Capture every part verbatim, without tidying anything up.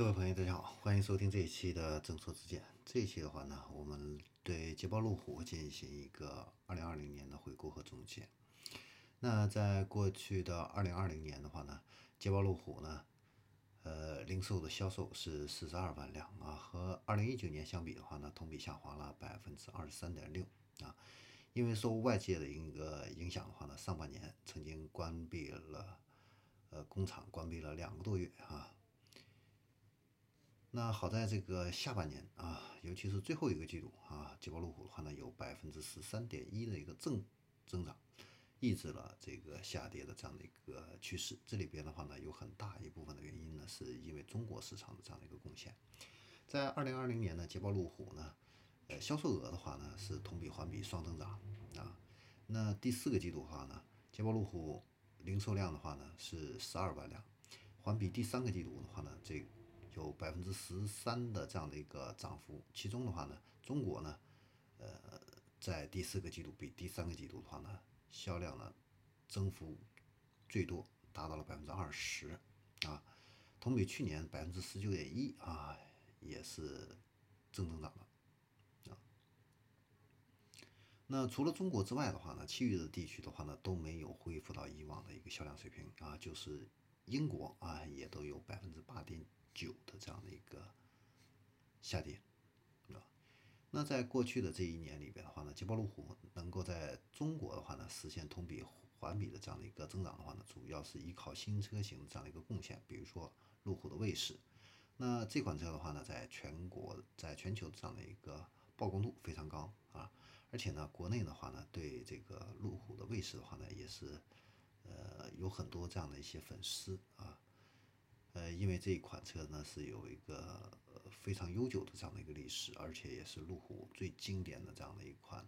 各位朋友，大家好，欢迎收听这一期的正说之见。这一期的话呢，我们对捷豹路虎进行一个二零二零年的回顾和总结。那在过去的二零二零年的话呢，捷豹路虎呢，呃，零售的销售是四十二万辆啊，和二零一九年相比的话呢，同比下滑了百分之二十三点六啊。因为受外界的一个影响的话呢，上半年曾经关闭了呃工厂，关闭了两个多月啊。那好在这个下半年啊，尤其是最后一个季度啊，捷豹路虎的话呢，有百分之十三点一的一个正增长，抑制了这个下跌的这样的一个趋势。这里边的话呢，有很大一部分的原因呢，是因为中国市场的这样的一个贡献。在二零二零年呢，捷豹路虎呢，呃，销售额的话呢是同比环比双增长啊。那第四个季度的话呢，捷豹路虎零售量的话呢是十二万辆，环比第三个季度的话呢，这有百分之十三的这样的一个涨幅。其中的话呢，中国呢，呃，在第四个季度比第三个季度的话呢，销量呢增幅最多，达到了百分之二十啊，同比去年百分之十九点一啊，也是正增长的。那除了中国之外的话呢，其余的地区的话呢都没有恢复到以往的一个销量水平啊，就是英国啊也都有百分之八点九的这样的一个下跌啊。那在过去的这一年里边的话呢，捷豹路虎能够在中国的话呢实现同比环比的这样的一个增长的话呢，主要是依靠新车型这样的一个贡献，比如说路虎的卫士。那这款车的话呢，在全国在全球这样的一个曝光度非常高啊。而且呢，国内的话呢，对这个路虎的卫士的话呢，也是呃有很多这样的一些粉丝啊，呃，因为这一款车呢是有一个呃非常悠久的这样的一个历史，而且也是路虎最经典的这样的一款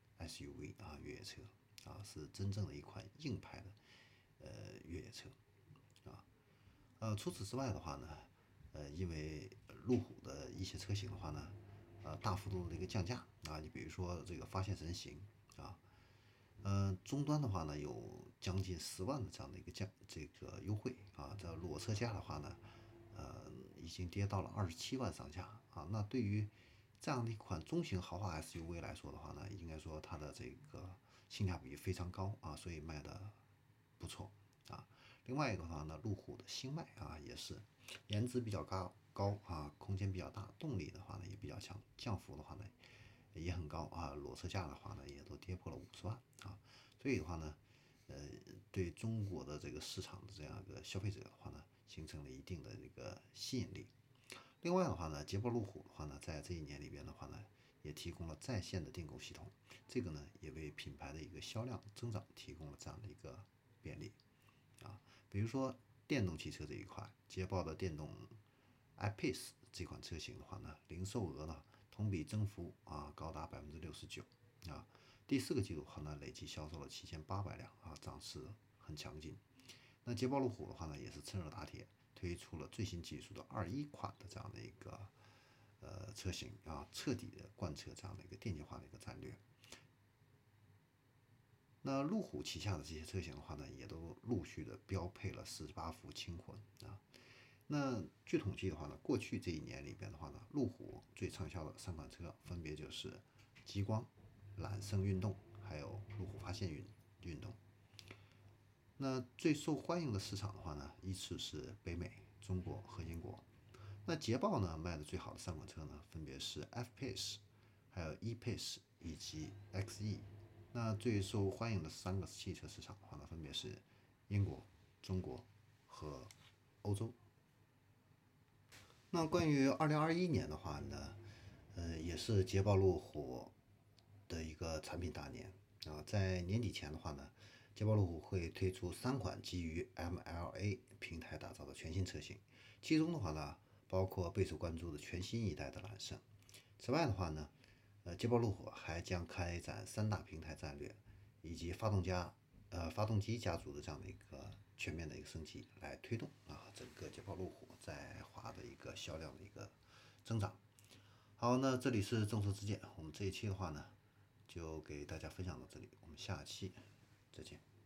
S U V 啊越野车啊，是真正的一款硬派的呃越野车啊。呃，除此之外的话呢，呃，因为路虎的一些车型的话呢，呃，大幅度的一个降价啊，你比如说这个发现神行啊，呃，终端的话呢有将近十万的这样的一个降这个优惠啊，这裸车价的话呢，呃，已经跌到了二十七万上下啊。那对于这样的一款中型豪华 S U V 来说的话呢，应该说它的这个性价比非常高啊，所以卖的不错啊。另外一个的话呢，路虎的星脉啊也是颜值比较高高啊，空间比较大，动力的话呢也比较强，降幅的话呢也很高啊，裸车价的话呢也都跌破了五十万啊，所以的话呢，呃，对中国的这个市场的这样一个消费者的话呢，形成了一定的这个吸引力。另外的话呢，捷豹路虎的话呢，在这一年里边的话呢，也提供了在线的订购系统，这个呢也为品牌的一个销量增长提供了这样的一个便利啊。比如说电动汽车这一块，捷豹的电动 i-Pace 这款车型的话呢，零售额呢同比增幅啊高达百分之六十九啊。第四个季度的话呢，累计销售了七千八百辆啊，涨势很强劲。那捷豹路虎的话呢，也是趁热打铁，推出了最新技术的二一款的这样的一个呃车型啊，彻底的贯彻这样的一个电气化的一个战略。那路虎旗下的这些车型的话呢，也都陆续的标配了四十八伏轻混啊。那据统计的话呢，过去这一年里边的话呢，路虎最畅销的三款车分别就是极光、揽胜运动，还有路虎发现运运动。那最受欢迎的市场的话呢，依次是北美、中国和英国。那捷豹呢卖的最好的三款车呢，分别是 F-Pace、还有 E-Pace 以及 X E。那最受欢迎的三个汽车市场的话呢，分别是英国、中国和欧洲。那关于二零二一年的话呢，呃，也是捷豹路虎的一个产品大年啊。在年底前的话呢，捷豹路虎会推出三款基于 M L A 平台打造的全新车型，其中的话呢，包括备受关注的全新一代的揽胜。此外的话呢，呃，捷豹路虎还将开展三大平台战略，以及发动家呃发动机家族的这样的一个全面的一个升级，来推动啊整个捷豹路虎在华的一个销量的一个增长。好，那这里是众说之见，我们这一期的话呢，就给大家分享到这里，我们下期再见。